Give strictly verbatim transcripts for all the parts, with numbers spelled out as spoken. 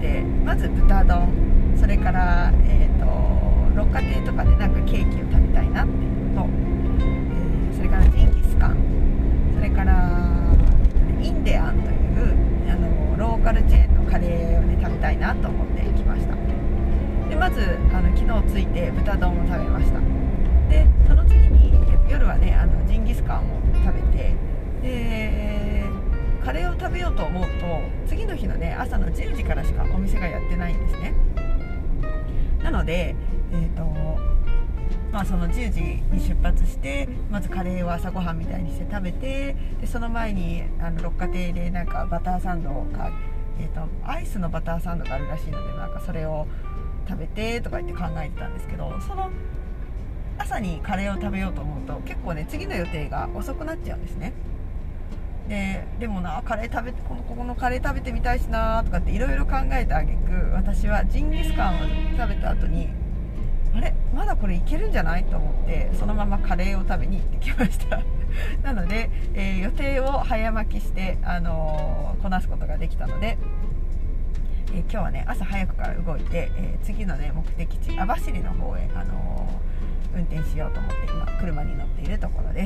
て、まず豚丼、それから、えー、と六花亭とかでなんかケーキを食べたいなっていうのと、えー、それからジンギスカン、それからインデアンというあのローカルチェーンのカレーをね食べたいなと思ってきました。でまずあの昨日着いて豚丼を食べました。でその次に夜はねあのジンギスカンを食べて、でカレーを食べようと思うと次の日のね朝のじゅうじからしかお店がやってないんですね。なので、えーとまあ、そのじゅうじに出発して、まずカレーを朝ごはんみたいにして食べて、でその前にあの六花亭でなんかバターサンドか、えーとアイスのバターサンドがあるらしいので、なんかそれを食べてとか言って考えてたんですけど、その朝にカレーを食べようと思うと結構ね次の予定が遅くなっちゃうんですね。で, でもなカレー食べこのここのカレー食べてみたいしなとかっていろいろ考えた挙句、私はジンギスカンを食べた後にあれまだこれいけるんじゃないと思ってそのままカレーを食べに行ってきましたなので、えー、予定を早巻きして、あのー、こなすことができたので、えー、今日はね朝早くから動いて、えー、次のね目的地網走の方へ、あのー、運転しようと思って今車に乗っているところです。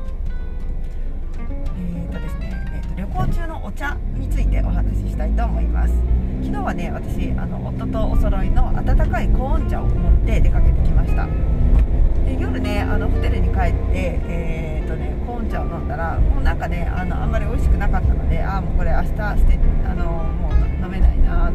えーとですねえー、と旅行中のお茶についてお話ししたいと思います。昨日はね私あの夫とお揃いの温かいコーン茶を持って出かけてきました。で夜ねあのホテルに帰って、えーとね、コーン茶を飲んだらもうなんかねあのあんまり美味しくなかったので、あもうこれ明日捨てあのもう飲めないなと思って、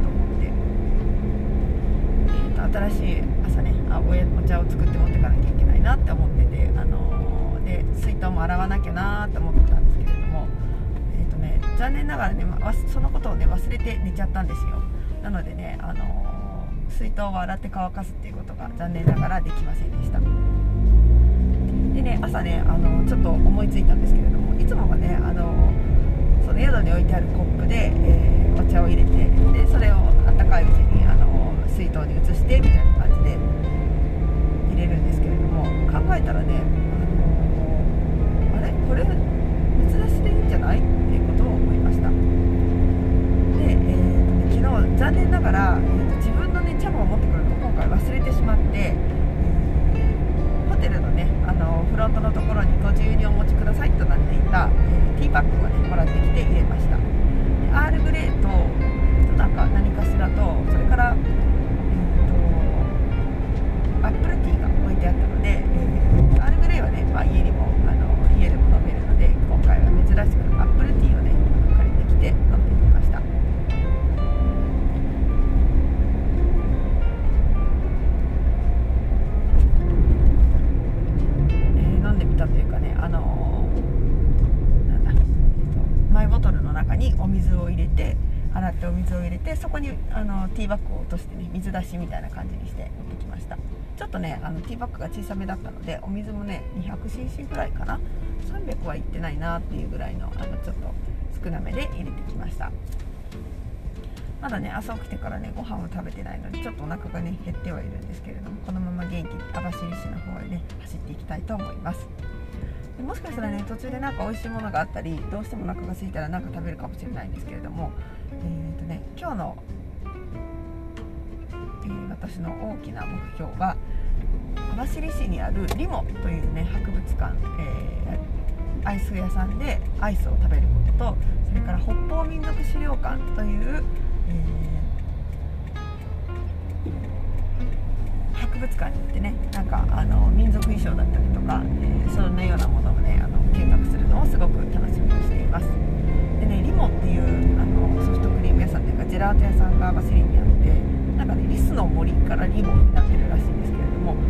えー、と新しい朝ねあ お, お茶を作って持っていかなきゃいけないなって思ってて、あので水筒も洗わなきゃなと思ってたんですけれども、えーとね、残念ながらねそのことをね忘れて寝ちゃったんですよ。なのでね、あのー、水筒を洗って乾かすっていうことが残念ながらできませんでした。でね朝ね、あのー、ちょっと思いついたんですけれども、いつもはね、あのー、その宿に置いてあるコップで、えー、お茶を入れて、でそれを温かいうちに、あのー、水筒に移してみたいな感じで入れるんですけれども、考えたらね、あれこれ水出しでいいんじゃないっていうことを思いました。で、えー、昨日残念ながら、えー、自分のね茶葉を持ってくるのを今回忘れてしまって、えー、ホテルのねあのフロントのところにご自由にお持ちくださいとなっていた、えー、ティーバッグをねもらってきて入れました。でアールグレイとなんか何かしらと、それから、えー、とアップルティーが置いてあったので、えー、アールグレイはね、まあ、家にもあの家でも飲めるので、今回は珍しくアップルティーをね借りてきて飲んでみました。えー、飲んでみたというかね、あのー、なんだ、えーと、マイボトルの中にお水を入れて、洗ってお水を入れて、そこにあのティーバッグを落としてね水出しみたいな感じにして持ってきました。ちょっとねあのティーバッグが小さめだったので、お水もね にひゃくシーシー くらいかな、さんびゃくはいってないなっていうぐらいの、あのちょっと少なめで入れてきました。まだね朝起きてからねご飯を食べてないのでちょっとお腹がね減ってはいるんですけれども、このまま元気に網走市の方へね走っていきたいと思います。でもしかしたらね途中でなんか美味しいものがあったり、どうしてもお腹が空いたらなんか食べるかもしれないんですけれども、えーとね今日の、えー、私の大きな目標は網走市にあるリモというね博物館、えー、アイス屋さんでアイスを食べることと、それから北方民族資料館という、えー、博物館に行ってね、なんかあの民族衣装だったりとか、えー、そんなようなものをねあの見学するのをすごく楽しみにしています。でねリモっていうあのソフトクリーム屋さんというかジェラート屋さんが網走にあって、なんかねリスの森からリモになってるらしいんですけれども、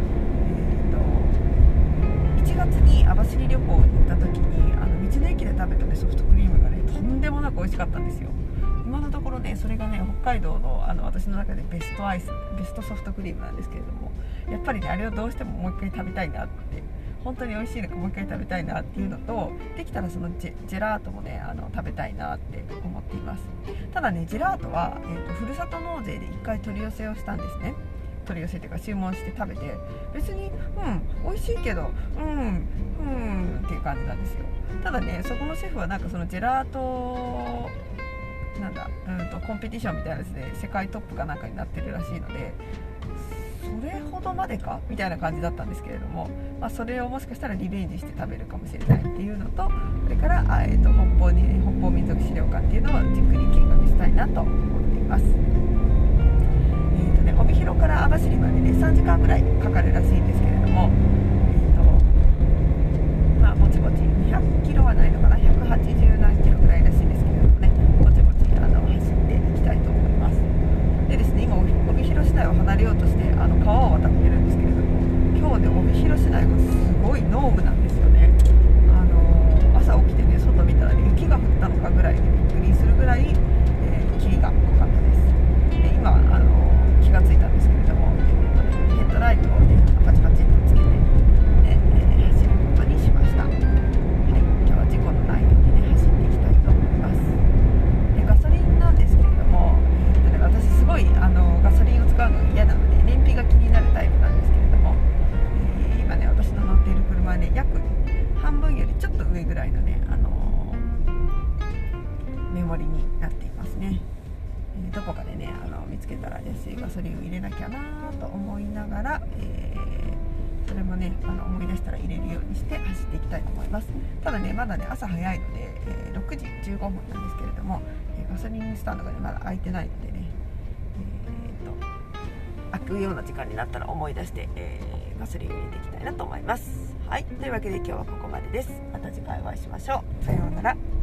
いちがつに網走旅行に行った時にあの道の駅で食べた、ね、ソフトクリームがねとんでもなく美味しかったんですよ。今のところねそれがね北海道 の, あの私の中でベストアイスベストソフトクリームなんですけれども、やっぱりねあれをどうしてももう一回食べたいなって、本当に美味しいのかもう一回食べたいなっていうのと、できたらそのジ ェ, ジェラートもねあの食べたいなって思っています。ただねジェラートは、えーと、ふるさと納税でいっかい取り寄せをしたんですね。取り寄せというか注文して食べて、別にうん美味しいけどうんうんっていう感じなんですよ。ただねそこのシェフはなんかそのジェラートなんだうんとコンペティションみたいなやつで世界トップかなんかになってるらしいので、それほどまでかみたいな感じだったんですけれども、まあ、それをもしかしたらリベンジして食べるかもしれないっていうのと、それからあ、えー、と北方に北方民族資料館っていうのをじっくり見学したいなと思っています。えーとね、帯広から網走までねさんじかんぐらいかかるらしいんですけれども、えーとまあ、ぼちぼちにひゃくキロはないのかな、ひゃくはちじゅう何キロぐらいらしいんですけれどもね、ぼちぼちあの走っていきたいと思います。でですね、今帯広市内を離れようとしてあの川を渡ってるんですけれども、今日で帯広市内がすごい濃霧なんですよね。あの朝起きてね外見たら、ね、雪が降ったのかぐらいでびっくりするぐらい、えー、霧が濃かったです。で今あの気がついたんですけれども、えーとね、ヘッドライトをねパチパチっとつけて、ねえー、走ることにしました。はい、今日は事故のないようにね走っていきたいと思います。でガソリンなんですけれども、えーとね、私すごいあのガソリンを使うのが嫌なので燃費が気になるタイプなんですけれども、えー、今ね私の乗っている車はね約半分よりちょっと上ぐらいのね、あのー、メモリになっていますね。えー、どこかでねあの見つけたら安いガソリンを入れなきゃなと思いながら、えー、それもねあの思い出したら入れるようにして走っていきたいと思います。ただねまだね朝早いので、えー、ろくじじゅうごふんなんですけれども、えー、ガソリンスタンドがねまだ開いてないのでね、えー、と開くような時間になったら思い出して、えー、ガソリンを入れていきたいなと思います。はい、というわけで今日はここまでです。また次回お会いしましょう。さようなら。